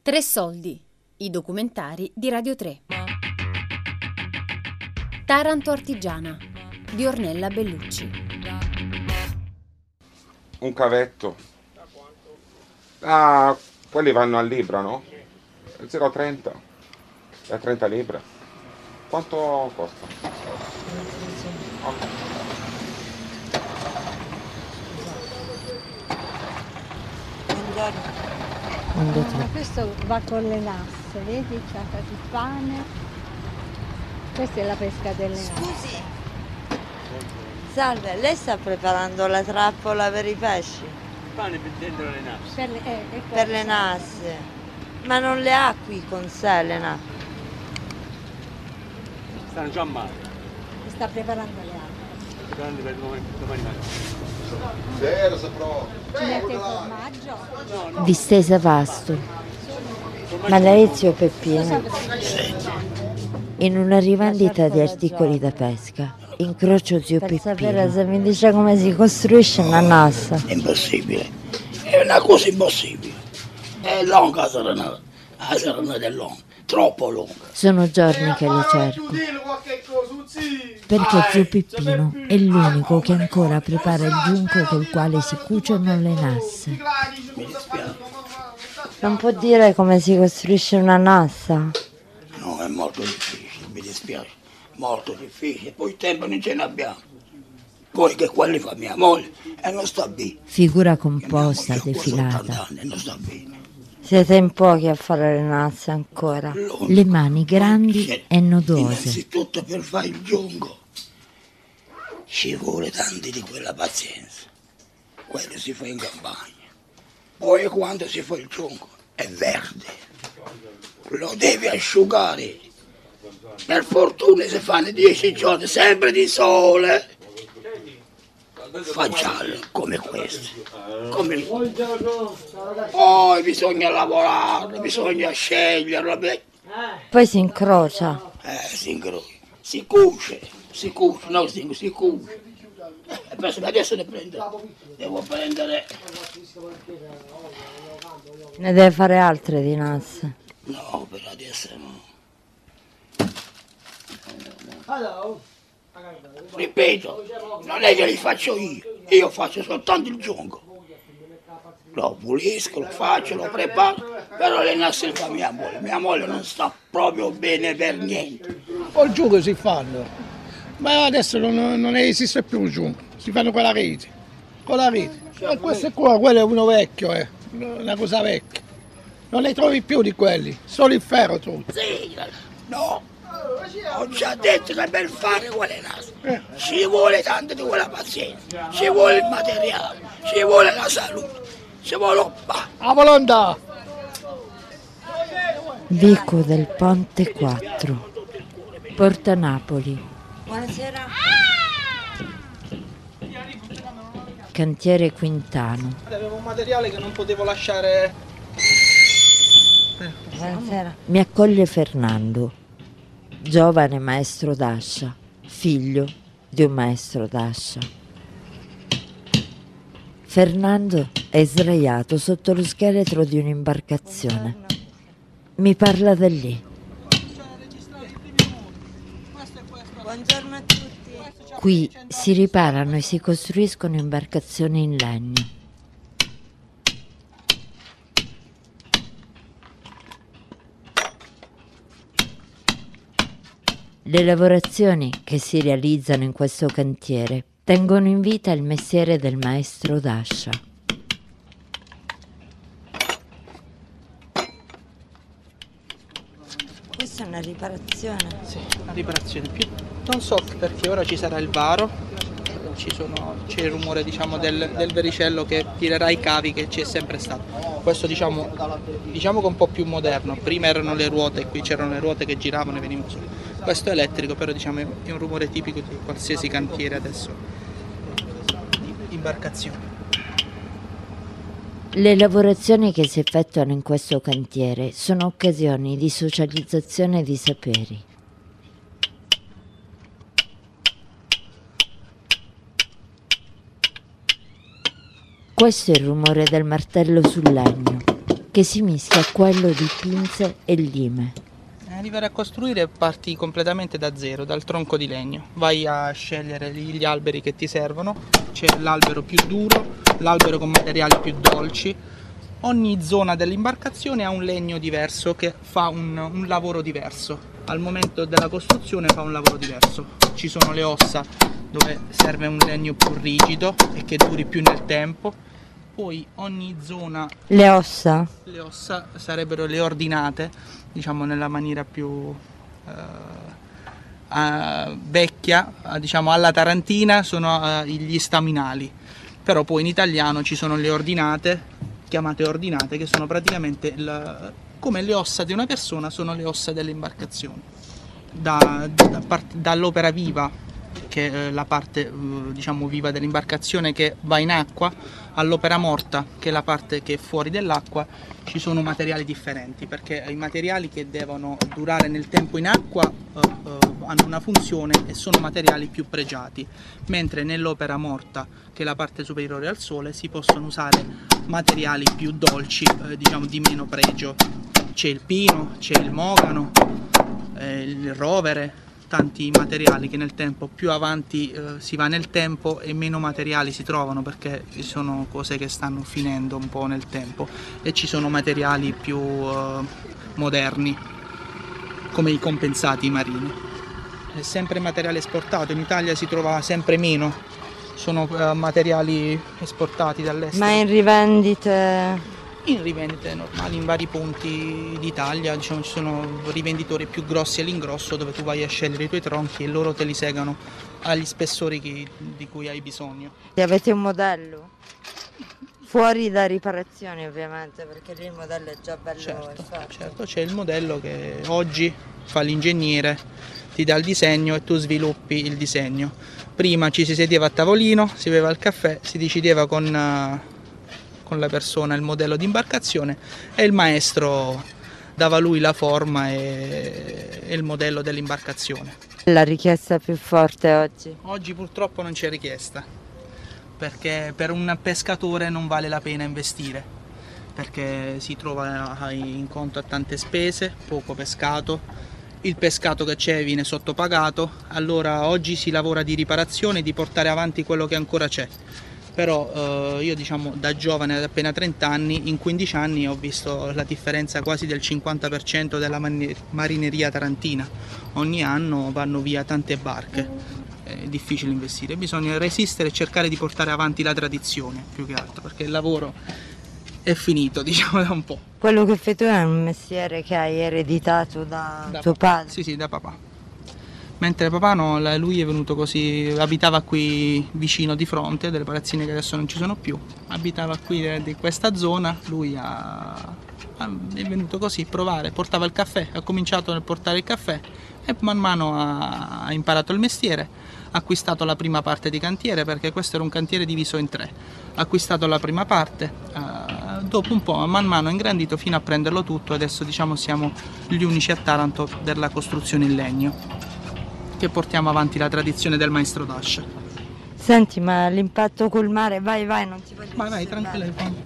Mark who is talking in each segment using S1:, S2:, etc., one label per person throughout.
S1: Tre soldi, i documentari di Radio 3. Taranto artigiana di Ornella Bellucci.
S2: Un cavetto. Ah, quelli vanno al libro, no? 0,30. Da 30 libbre. Quanto costa? Ok.
S3: Questo va con le nasse, vedi? C'ha il pane. Questa è la pesca delle nasse.
S4: Scusi, salve, lei sta preparando la trappola per i pesci?
S5: Il pane per dentro le nasse.
S4: Per le nasse. Ma non le ha qui con sé le nasse?
S5: Stanno già a mare.
S3: Sta preparando le altre.
S5: Preparando per domani mattina.
S3: Ci mette il formaggio?
S6: Distesa Vasto.
S4: Ma lei è zio Peppino?
S6: In una rivendita di articoli da pesca, incrocio zio
S4: Per sapere
S6: Peppino.
S4: se mi dice come si costruisce una nassa.
S7: È impossibile, è una cosa impossibile. È lunga la serenata è lunga, troppo lunga.
S6: Sono giorni che lo cerco, perché zio Peppino è l'unico che ancora prepara il giunco col quale si cuciono le nasse.
S7: Mi dispiace.
S4: Non può dire come si costruisce una nassa?
S7: No, è molto difficile, mi dispiace, molto difficile. Poi il tempo non ce ne abbiamo. Poi che quelli fa mia moglie e non sta bene.
S6: Figura
S7: Che mia
S6: composta,
S7: moglie ha quasi 80
S6: defilata,
S7: anni e non sta bene.
S4: Siete in pochi a fare le nasse ancora.
S6: le mani grandi e nodose.
S7: Innanzitutto per fare il giunco ci vuole tanti di quella pazienza. Quello si fa in campagna. Poi quando si fa il giunco è verde. Lo devi asciugare. Per fortuna si fanno 10 giorni sempre di sole. Fa giallo come questo. Come il... Poi bisogna lavorare, bisogna sceglierlo.
S4: Poi si incrocia.
S7: Si incrocia, si cuce, no, si cuce. Adesso ne prendo, devo prendere.
S4: Ne deve fare altre di nasse.
S7: No, per adesso no. Ripeto, non è che li faccio io faccio soltanto il giunco. Lo pulisco, lo faccio, lo preparo, però le nasse le fa mia moglie non sta proprio bene per niente.
S8: O il giunco si fanno, ma adesso non esiste più il giunco, si fanno con la rete. E questo qua, quello è uno vecchio, una cosa vecchia. Non ne trovi più di quelli, solo il ferro trovi.
S7: Sì, no, ho già detto che per fare quelle nasse ci vuole tanto di quella pazienza, ci vuole il materiale, ci vuole la salute, ci vuole
S8: la volontà.
S6: Vico del Ponte 4, Porta Napoli.
S4: Buonasera.
S6: Cantiere Quintano.
S9: Avevo un materiale che non potevo lasciare.
S4: Buonasera.
S6: Mi accoglie Fernando, giovane maestro d'ascia, figlio di un maestro d'ascia. Fernando è sdraiato sotto lo scheletro di un'imbarcazione. Mi parla da lì.
S4: Buongiorno a tutti.
S6: Qui si riparano e si costruiscono imbarcazioni in legno. Le lavorazioni che si realizzano in questo cantiere tengono in vita il mestiere del maestro d'ascia.
S4: Questa è una riparazione.
S9: Sì, una riparazione più. Non so perché ora ci sarà il varo, c'è il rumore diciamo del vericello che tirerà i cavi che c'è sempre stato. Questo diciamo che è un po' più moderno. Prima erano le ruote, qui c'erano le ruote che giravano e venivano su. Questo è elettrico, però diciamo è un rumore tipico di qualsiasi cantiere adesso di imbarcazioni.
S6: Le lavorazioni che si effettuano in questo cantiere sono occasioni di socializzazione di saperi. Questo è il rumore del martello sul legno. che si mischia a quello di pinze e lime.
S9: Arrivare a costruire parti completamente da zero, dal tronco di legno. Vai a scegliere gli alberi che ti servono, c'è l'albero più duro, l'albero con materiali più dolci. Ogni zona dell'imbarcazione ha un legno diverso che fa un lavoro diverso. Al momento della costruzione fa un lavoro diverso. Ci sono le ossa dove serve un legno più rigido e che duri più nel tempo. Poi ogni zona...
S4: Le ossa?
S9: Le ossa sarebbero le ordinate, diciamo nella maniera più vecchia, diciamo alla tarantina, sono gli staminali. Però poi in italiano ci sono le ordinate, chiamate ordinate, che sono praticamente come le ossa di una persona, sono le ossa delle imbarcazioni. Dall'opera viva, che è la parte diciamo viva dell'imbarcazione che va in acqua, all'opera morta, che è la parte che è fuori dell'acqua, ci sono materiali differenti, perché i materiali che devono durare nel tempo in acqua hanno una funzione e sono materiali più pregiati, mentre nell'opera morta, che è la parte superiore al sole, si possono usare materiali più dolci, diciamo di meno pregio. C'è il pino, c'è il mogano, il rovere, tanti materiali che nel tempo, più avanti si va nel tempo e meno materiali si trovano, perché ci sono cose che stanno finendo un po' nel tempo e ci sono materiali più moderni come i compensati marini. È sempre materiale esportato, in Italia si trova sempre meno, sono materiali esportati dall'estero.
S4: Ma in rivendite?
S9: In rivendite normali in vari punti d'Italia, diciamo, ci sono rivenditori più grossi all'ingrosso dove tu vai a scegliere i tuoi tronchi e loro te li segano agli spessori di cui hai bisogno.
S4: Avete un modello? Fuori da riparazioni ovviamente, perché lì il modello è già bello fatto.
S9: Certo, c'è il modello che oggi fa l'ingegnere, ti dà il disegno e tu sviluppi il disegno. Prima ci si sedeva a tavolino, si beveva il caffè, si decideva con la persona il modello di imbarcazione e il maestro dava lui la forma e il modello dell'imbarcazione.
S4: La richiesta più forte oggi?
S9: Oggi purtroppo non c'è richiesta, perché per un pescatore non vale la pena investire, perché si trova in conto a tante spese, poco pescato, il pescato che c'è viene sottopagato, allora oggi si lavora di riparazione, di portare avanti quello che ancora c'è. Però io diciamo da giovane, ad appena 30 anni, in 15 anni ho visto la differenza quasi del 50% della marineria tarantina. Ogni anno vanno via tante barche, è difficile investire, bisogna resistere e cercare di portare avanti la tradizione più che altro, perché il lavoro è finito, diciamo, da un po'.
S4: Quello che fai tu è un mestiere che hai ereditato da tuo padre?
S9: Sì, da papà. Mentre papà no, lui è venuto così, abitava qui vicino di fronte, delle palazzine che adesso non ci sono più, abitava qui di questa zona, lui è venuto così a provare, portava il caffè, ha cominciato a portare il caffè e man mano ha imparato il mestiere, ha acquistato la prima parte di cantiere, perché questo era un cantiere diviso in 3, ha acquistato la prima parte, dopo un po' man mano ha ingrandito fino a prenderlo tutto, adesso diciamo siamo gli unici a Taranto della costruzione in legno, che portiamo avanti la tradizione del maestro Dascia.
S4: Senti, ma l'impatto col mare, vai, non ti voglio
S9: disturbare. Vai, tranquilla.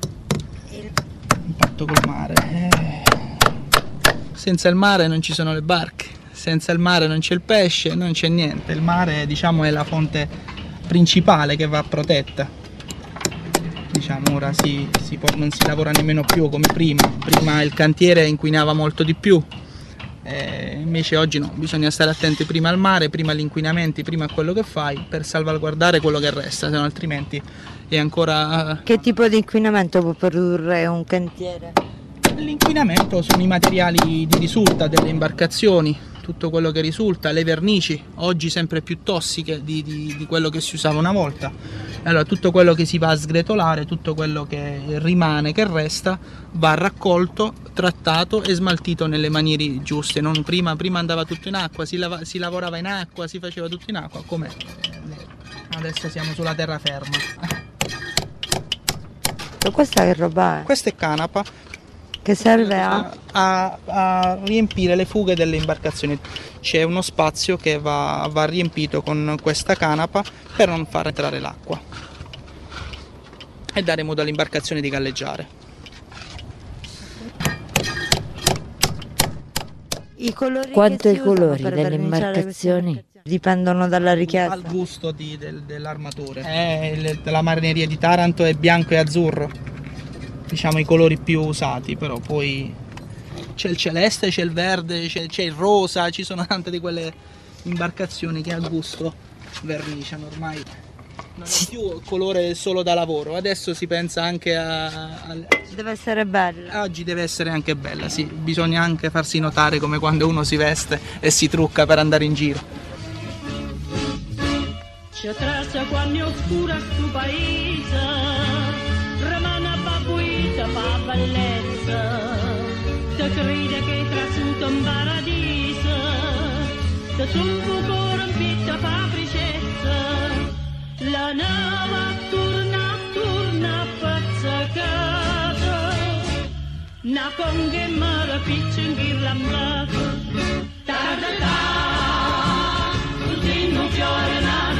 S9: L'impatto col mare. Senza il mare non ci sono le barche, senza il mare non c'è il pesce, non c'è niente. Il mare, diciamo, è la fonte principale che va protetta. Diciamo, ora non si lavora nemmeno più come prima. Prima il cantiere inquinava molto di più. Invece oggi no, bisogna stare attenti prima al mare, prima agli inquinamenti, prima a quello che fai per salvaguardare quello che resta, se no altrimenti è ancora...
S4: Che tipo di inquinamento può produrre un cantiere?
S9: L'inquinamento sono i materiali di risulta delle imbarcazioni, tutto quello che risulta, le vernici, oggi sempre più tossiche di quello che si usava una volta. Allora tutto quello che si va a sgretolare, tutto quello che rimane, che resta, va raccolto, trattato e smaltito nelle maniere giuste. Non prima andava tutto in acqua, si lavorava in acqua, si faceva tutto in acqua, come adesso siamo sulla terraferma.
S4: Questa che roba è?
S9: Questa è canapa.
S4: Che serve
S9: a riempire le fughe delle imbarcazioni. C'è uno spazio che va riempito con questa canapa per non far entrare l'acqua e dare modo all'imbarcazione di galleggiare.
S4: I colori
S6: Quanto
S4: che
S6: ai
S4: si usano
S6: colori
S4: per
S6: delle
S4: verniciare
S6: imbarcazioni?
S4: dipendono dalla richiesta.
S9: Al gusto dell'armatore. La marineria di Taranto è bianco e azzurro, diciamo i colori più usati, però poi c'è il celeste, c'è il verde, c'è il rosa, ci sono tante di quelle imbarcazioni che a gusto verniciano ormai. Non è più colore solo da lavoro, adesso si pensa anche
S4: Deve essere bella.
S9: Oggi deve essere anche bella, sì, bisogna anche farsi notare come quando uno si veste e si trucca per andare in giro.
S10: Ci traccia quando è oscura sto paese, rimane babbuita pa bellezza, te crede che è trasuto in paradiso, te zuppo corrompita pa freschezza, la nave torna pazzacata, na conga mare piccia in ghirlambata, ta tutti non fiore nata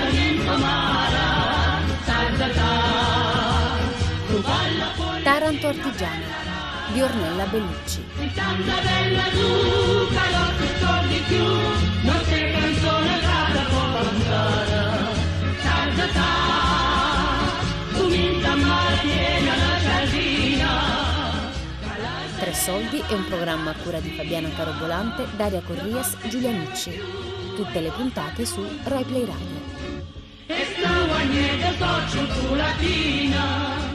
S1: Taranto Artigiana di Ornella Bellucci.
S10: Tanta bella tu, calotto di più, non sei canzone da contare. Tarda comincia a mare piena la giardina.
S1: 3 soldi è un programma a cura di Fabiana Carobolante, Daria Corrias, Giulia Nucci. Tutte le puntate su Rai Play Radio.
S10: E sta guagnetta toccio sulla tina.